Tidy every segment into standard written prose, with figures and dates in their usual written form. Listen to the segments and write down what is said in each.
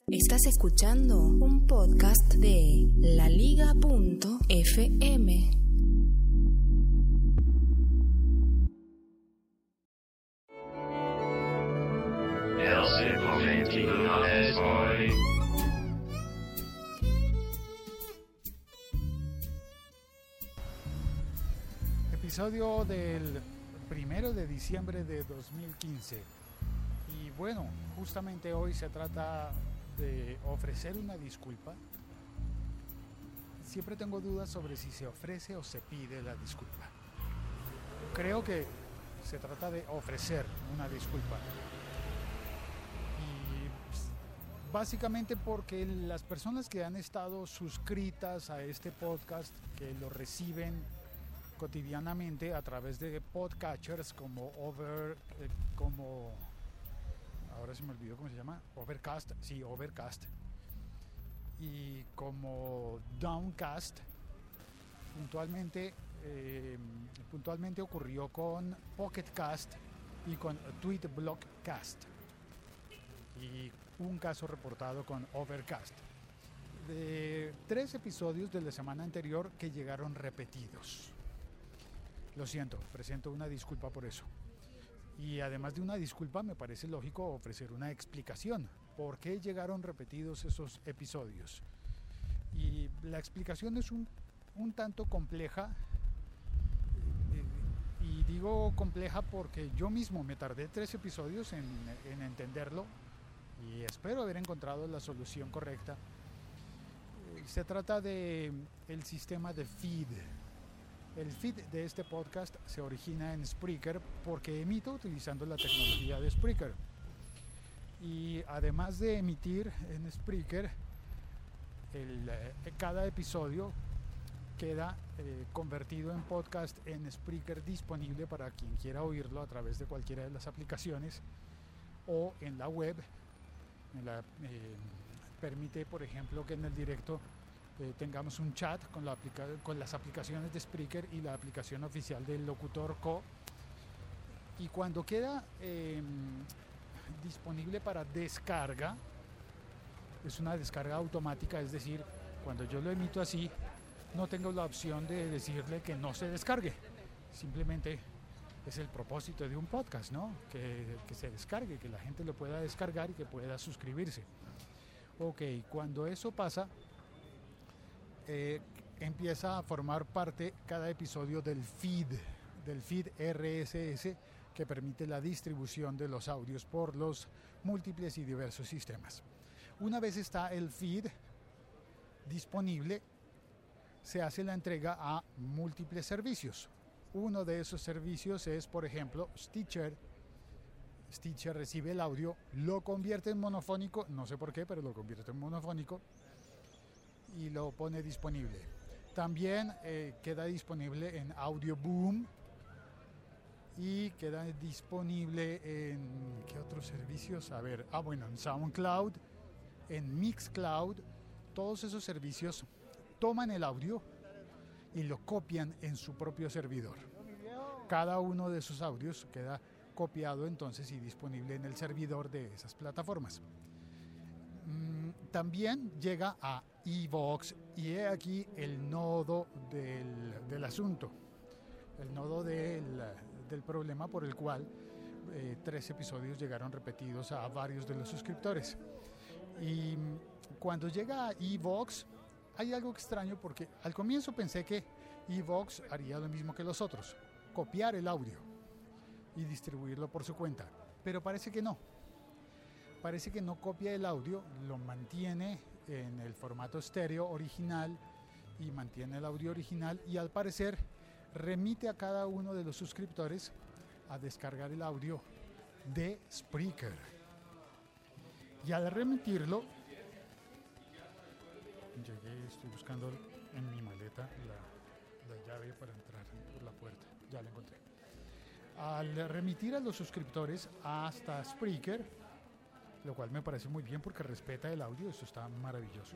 Estás escuchando un podcast de laliga.fm. Episodio del 1 de diciembre de 2015. Y bueno, justamente hoy se trata de ofrecer una disculpa. Siempre tengo dudas sobre si se ofrece o se pide la disculpa. Creo que se trata de ofrecer una disculpa. Y básicamente porque las personas que han estado suscritas a este podcast, que lo reciben cotidianamente a través de podcatchers como ahora se me olvidó cómo se llama, Overcast, y como Downcast, puntualmente ocurrió con Pocketcast y con Tweetblockcast, y un caso reportado con Overcast, de 3 episodios de la semana anterior que llegaron repetidos. Lo siento, presento una disculpa por eso. Y además de una disculpa, me parece lógico ofrecer una explicación. ¿Por qué llegaron repetidos esos episodios? Y la explicación es un tanto compleja. Y digo compleja porque yo mismo me tardé 3 episodios en entenderlo. Y espero haber encontrado la solución correcta. Se trata de el sistema de feed. El feed de este podcast se origina en Spreaker porque emito utilizando la tecnología de Spreaker. Y además de emitir en Spreaker, cada episodio queda convertido en podcast en Spreaker, disponible para quien quiera oírlo a través de cualquiera de las aplicaciones o en la web. Permite, por ejemplo, que en el directo tengamos un chat con las aplicaciones de Spreaker y la aplicación oficial del Locutor Co. Y cuando queda disponible para descarga, es una descarga automática, es decir, cuando yo lo emito así, no tengo la opción de decirle que no se descargue. Simplemente es el propósito de un podcast, ¿no? Que se descargue, que la gente lo pueda descargar y que pueda suscribirse. Ok, cuando eso pasa, empieza a formar parte cada episodio del feed RSS, que permite la distribución de los audios por los múltiples y diversos sistemas. Una vez está el feed disponible, se hace la entrega a múltiples servicios. Uno de esos servicios es, por ejemplo, Stitcher. Stitcher recibe el audio, lo convierte en monofónico, no sé por qué, pero lo convierte en monofónico y lo pone disponible. También queda disponible en Audioboom y queda disponible en ¿qué otros servicios? En SoundCloud, en Mixcloud. Todos esos servicios toman el audio y lo copian en su propio servidor. Cada uno de esos audios queda copiado entonces y disponible en el servidor de esas plataformas. También llega a iVoox, y he aquí el nodo del asunto, el nodo del problema por el cual 3 episodios llegaron repetidos a varios de los suscriptores. Y cuando llega a iVoox hay algo extraño, porque al comienzo pensé que iVoox haría lo mismo que los otros, copiar el audio y distribuirlo por su cuenta, pero parece que no. Parece que no copia el audio, lo mantiene en el formato estéreo original y mantiene el audio original, y al parecer remite a cada uno de los suscriptores a descargar el audio de Spreaker. Y al remitirlo, estoy buscando en mi maleta la llave para entrar por la puerta, ya la encontré. Al remitir a los suscriptores hasta Spreaker, lo cual me parece muy bien porque respeta el audio, eso está maravilloso.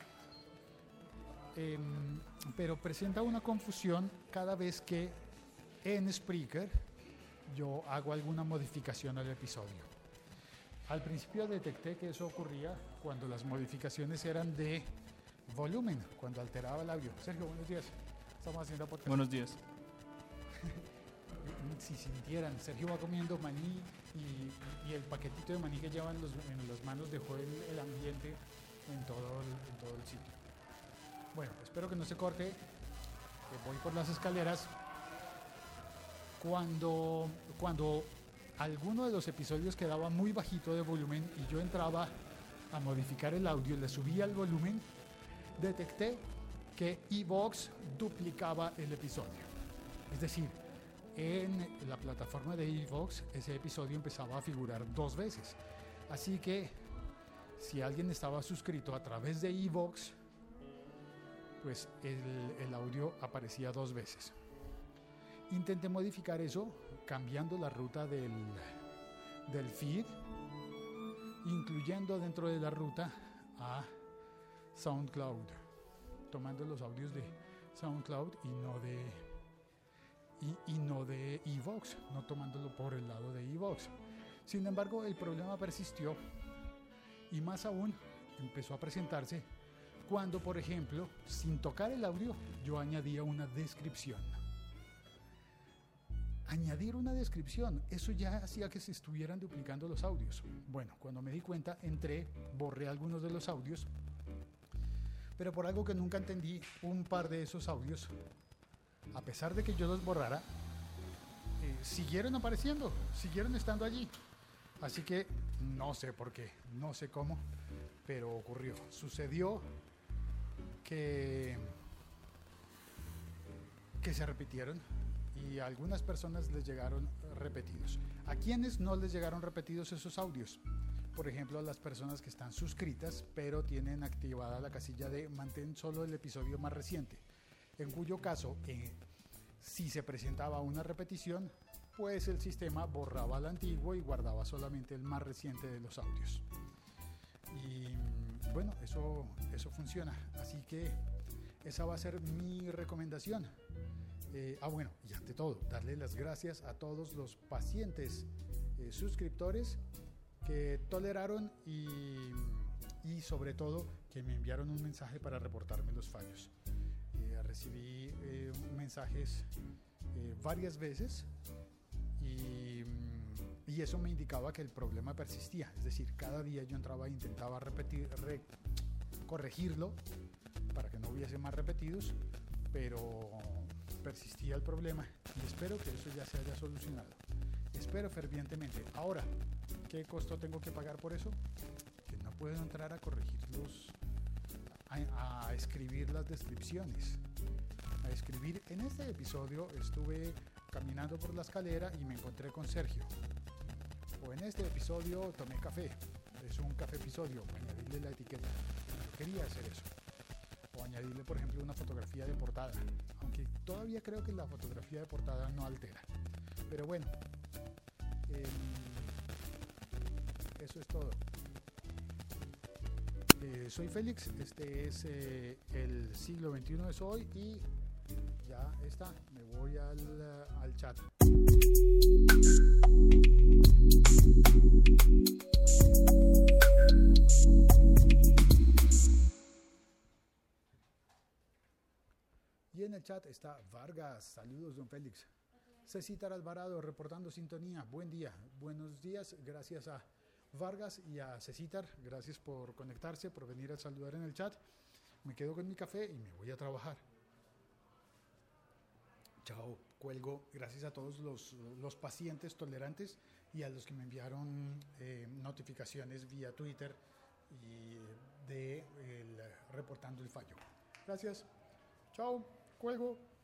Pero presenta una confusión cada vez que en Spreaker yo hago alguna modificación al episodio. Al principio detecté que eso ocurría cuando las modificaciones eran de volumen, cuando alteraba el audio. Sergio, buenos días. Estamos haciendo podcast. Buenos días. Si sintieran, Sergio va comiendo maní y el paquetito de maní que lleva en las manos dejó el ambiente en todo el sitio. Bueno, espero que no se corte. Voy por las escaleras. Cuando alguno de los episodios quedaba muy bajito de volumen y yo entraba a modificar el audio, le subía el volumen, detecté que iVoox duplicaba el episodio. Es decir, en la plataforma de iVoox ese episodio empezaba a figurar 2 veces. Así que si alguien estaba suscrito a través de iVoox, pues el audio aparecía 2 veces. Intenté modificar eso cambiando la ruta del feed, incluyendo dentro de la ruta a SoundCloud, tomando los audios de SoundCloud y no de iVoox, no tomándolo por el lado de iVoox. Sin embargo, el problema persistió y más aún empezó a presentarse cuando, por ejemplo, sin tocar el audio, yo añadía una descripción. Añadir una descripción, eso ya hacía que se estuvieran duplicando los audios. Bueno, cuando me di cuenta, borré algunos de los audios, pero por algo que nunca entendí, un par de esos audios, a pesar de que yo los borrara, siguieron apareciendo, siguieron estando allí. Así que no sé por qué, no sé cómo, pero ocurrió. Sucedió que se repitieron y a algunas personas les llegaron repetidos. ¿A quiénes no les llegaron repetidos esos audios? Por ejemplo, a las personas que están suscritas, pero tienen activada la casilla de mantén solo el episodio más reciente, en cuyo caso, si se presentaba una repetición, pues el sistema borraba el antiguo y guardaba solamente el más reciente de los audios. Y bueno, eso funciona. Así que esa va a ser mi recomendación. Bueno, y ante todo, darle las gracias a todos los pacientes suscriptores que toleraron y sobre todo que me enviaron un mensaje para reportarme los fallos. Recibí mensajes varias veces y eso me indicaba que el problema persistía. Es decir, cada día yo entraba e intentaba corregirlo para que no hubiese más repetidos, pero persistía el problema y espero que eso ya se haya solucionado. Espero fervientemente. Ahora, ¿qué costo tengo que pagar por eso? Que no puedo entrar a corregirlos, a escribir las descripciones, a escribir. En este episodio estuve caminando por la escalera y me encontré con Sergio. O en este episodio tomé café. Es un café episodio, añadirle la etiqueta. Yo quería hacer eso. O añadirle, por ejemplo, una fotografía de portada. Aunque todavía creo que la fotografía de portada no altera. Pero bueno, eso es todo. Soy Félix, este es el siglo XXI es hoy y ya está, me voy al chat. Y en el chat está Vargas, saludos don Félix. Cecitar Alvarado reportando sintonía, buen día, buenos días, gracias a Vargas y a Cecitar, gracias por conectarse, por venir a saludar en el chat. Me quedo con mi café y me voy a trabajar. Chao, cuelgo. Gracias a todos los pacientes tolerantes y a los que me enviaron notificaciones vía Twitter y reportando el fallo. Gracias. Chao, cuelgo.